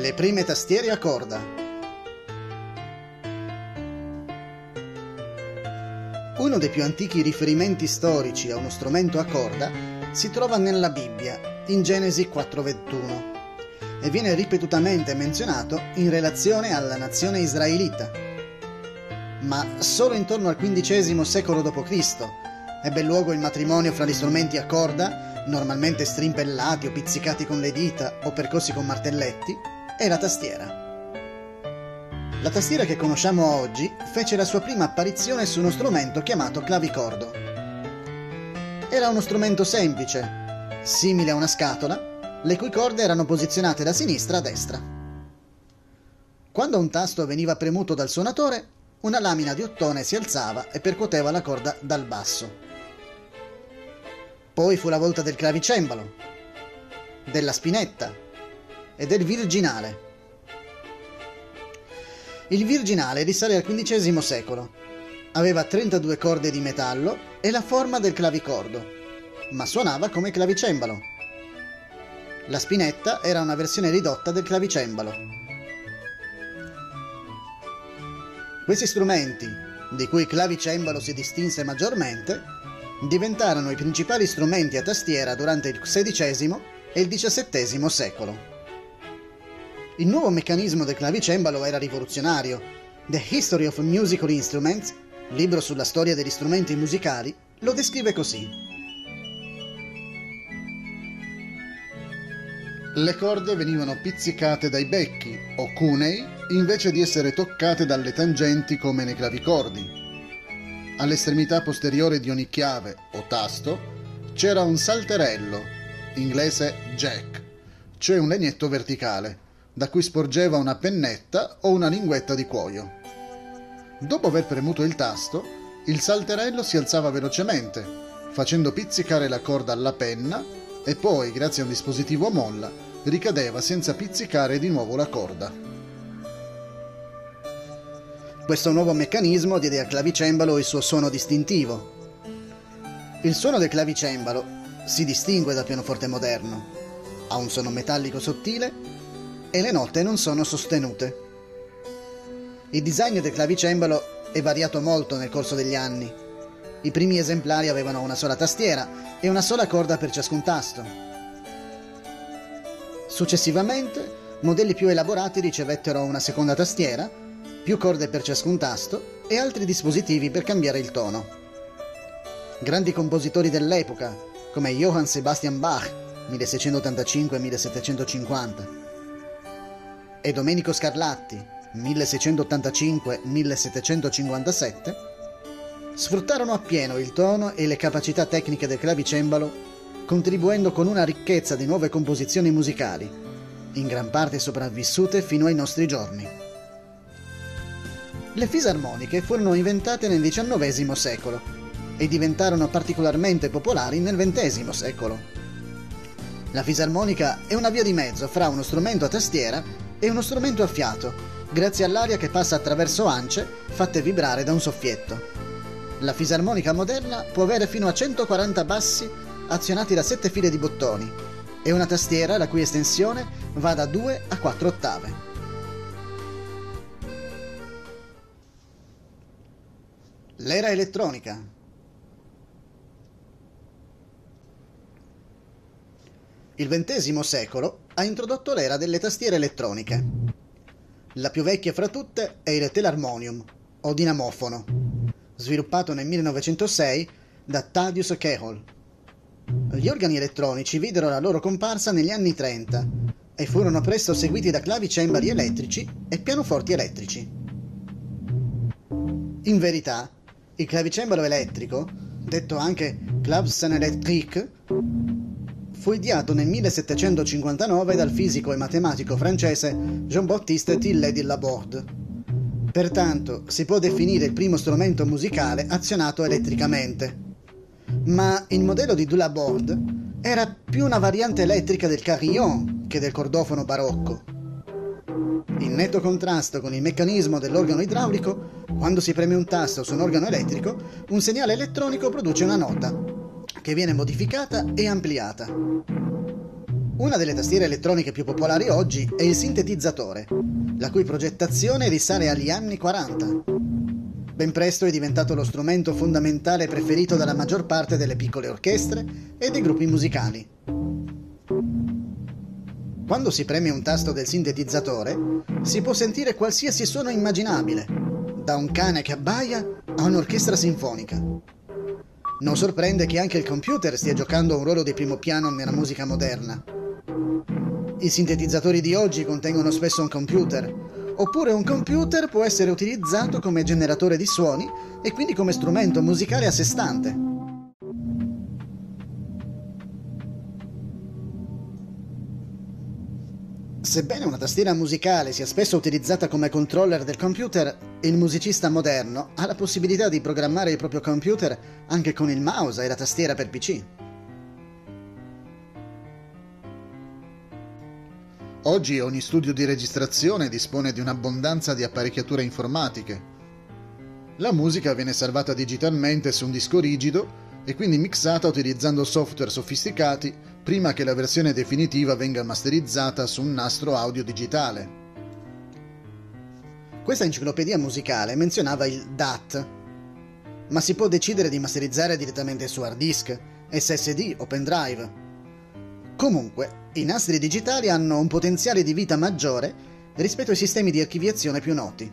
Le prime tastiere a corda. Uno dei più antichi riferimenti storici a uno strumento a corda si trova nella Bibbia, in Genesi 4:21, e viene ripetutamente menzionato in relazione alla nazione israelita. Ma solo intorno al XV secolo d.C. ebbe luogo il matrimonio fra gli strumenti a corda, normalmente strimpellati o pizzicati con le dita o percossi con martelletti, e la tastiera. La tastiera che conosciamo oggi fece la sua prima apparizione su uno strumento chiamato clavicordo. Era uno strumento semplice, simile a una scatola, le cui corde erano posizionate da sinistra a destra. Quando un tasto veniva premuto dal suonatore, una lamina di ottone si alzava e percuoteva la corda dal basso. Poi fu la volta del clavicembalo, della spinetta e del virginale. Il virginale risale al XV secolo. Aveva 32 corde di metallo e la forma del clavicordo, ma suonava come clavicembalo. La spinetta era una versione ridotta del clavicembalo. Questi strumenti, di cui il clavicembalo si distinse maggiormente, diventarono i principali strumenti a tastiera durante il XVI e il XVII secolo. Il nuovo meccanismo del clavicembalo era rivoluzionario. The History of Musical Instruments, libro sulla storia degli strumenti musicali, lo descrive così. Le corde venivano pizzicate dai becchi, o cunei, invece di essere toccate dalle tangenti come nei clavicordi. All'estremità posteriore di ogni chiave, o tasto, c'era un salterello, inglese jack, cioè un legnetto verticale, da cui sporgeva una pennetta o una linguetta di cuoio. Dopo aver premuto il tasto, il salterello si alzava velocemente, facendo pizzicare la corda alla penna e poi, grazie a un dispositivo a molla, ricadeva senza pizzicare di nuovo la corda. Questo nuovo meccanismo diede al clavicembalo il suo suono distintivo. Il suono del clavicembalo si distingue dal pianoforte moderno. Ha un suono metallico sottile e le note non sono sostenute. Il design del clavicembalo è variato molto nel corso degli anni. I primi esemplari avevano una sola tastiera e una sola corda per ciascun tasto. Successivamente, modelli più elaborati ricevettero una seconda tastiera, più corde per ciascun tasto e altri dispositivi per cambiare il tono. Grandi compositori dell'epoca, come Johann Sebastian Bach, 1685-1750, e Domenico Scarlatti, 1685-1757, sfruttarono appieno il tono e le capacità tecniche del clavicembalo, contribuendo con una ricchezza di nuove composizioni musicali, in gran parte sopravvissute fino ai nostri giorni. Le fisarmoniche furono inventate nel XIX secolo e diventarono particolarmente popolari nel XX secolo. La fisarmonica è una via di mezzo fra uno strumento a tastiera e uno strumento a fiato, grazie all'aria che passa attraverso ance fatte vibrare da un soffietto. La fisarmonica moderna può avere fino a 140 bassi azionati da 7 file di bottoni e una tastiera la cui estensione va da 2 a 4 ottave. L'era elettronica. Il XX secolo ha introdotto l'era delle tastiere elettroniche. La più vecchia fra tutte è il telarmonium, o dinamofono, sviluppato nel 1906 da Thaddeus Kehol. Gli organi elettronici videro la loro comparsa negli anni 30 e furono presto seguiti da clavicembali elettrici e pianoforti elettrici. In verità, il clavicembalo elettrico, detto anche clavecin électrique, fu ideato nel 1759 dal fisico e matematico francese Jean-Baptiste Tillet de Laborde. Pertanto si può definire il primo strumento musicale azionato elettricamente. Ma il modello di Laborde era più una variante elettrica del carillon che del cordofono barocco. In netto contrasto con il meccanismo dell'organo idraulico, quando si preme un tasto su un organo elettrico, un segnale elettronico produce una nota, che viene modificata e ampliata. Una delle tastiere elettroniche più popolari oggi è il sintetizzatore, la cui progettazione risale agli anni 40. Ben presto è diventato lo strumento fondamentale preferito dalla maggior parte delle piccole orchestre e dei gruppi musicali. Quando si preme un tasto del sintetizzatore, si può sentire qualsiasi suono immaginabile, da un cane che abbaia a un'orchestra sinfonica. Non sorprende che anche il computer stia giocando un ruolo di primo piano nella musica moderna. I sintetizzatori di oggi contengono spesso un computer, oppure un computer può essere utilizzato come generatore di suoni e quindi come strumento musicale a sé stante. Sebbene una tastiera musicale sia spesso utilizzata come controller del computer, il musicista moderno ha la possibilità di programmare il proprio computer anche con il mouse e la tastiera per PC. Oggi ogni studio di registrazione dispone di un'abbondanza di apparecchiature informatiche. La musica viene salvata digitalmente su un disco rigido e quindi mixata utilizzando software sofisticati prima che la versione definitiva venga masterizzata su un nastro audio digitale. Questa enciclopedia musicale menzionava il DAT, ma si può decidere di masterizzare direttamente su hard disk, SSD o pendrive. Comunque, i nastri digitali hanno un potenziale di vita maggiore rispetto ai sistemi di archiviazione più noti.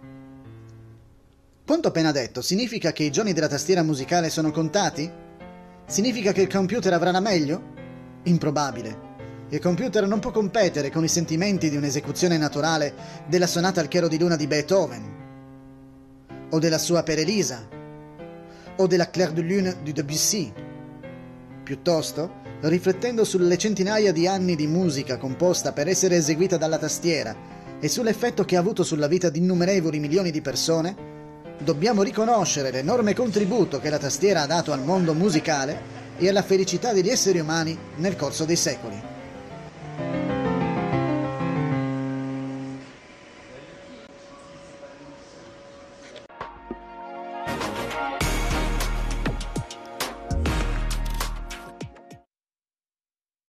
Quanto appena detto significa che i giorni della tastiera musicale sono contati? Significa che il computer avrà la meglio? Improbabile. Il computer non può competere con i sentimenti di un'esecuzione naturale della sonata al chiaro di luna di Beethoven, o della sua per Elisa, o della Clair de Lune di Debussy. Piuttosto, riflettendo sulle centinaia di anni di musica composta per essere eseguita dalla tastiera e sull'effetto che ha avuto sulla vita di innumerevoli milioni di persone, dobbiamo riconoscere l'enorme contributo che la tastiera ha dato al mondo musicale e alla felicità degli esseri umani nel corso dei secoli.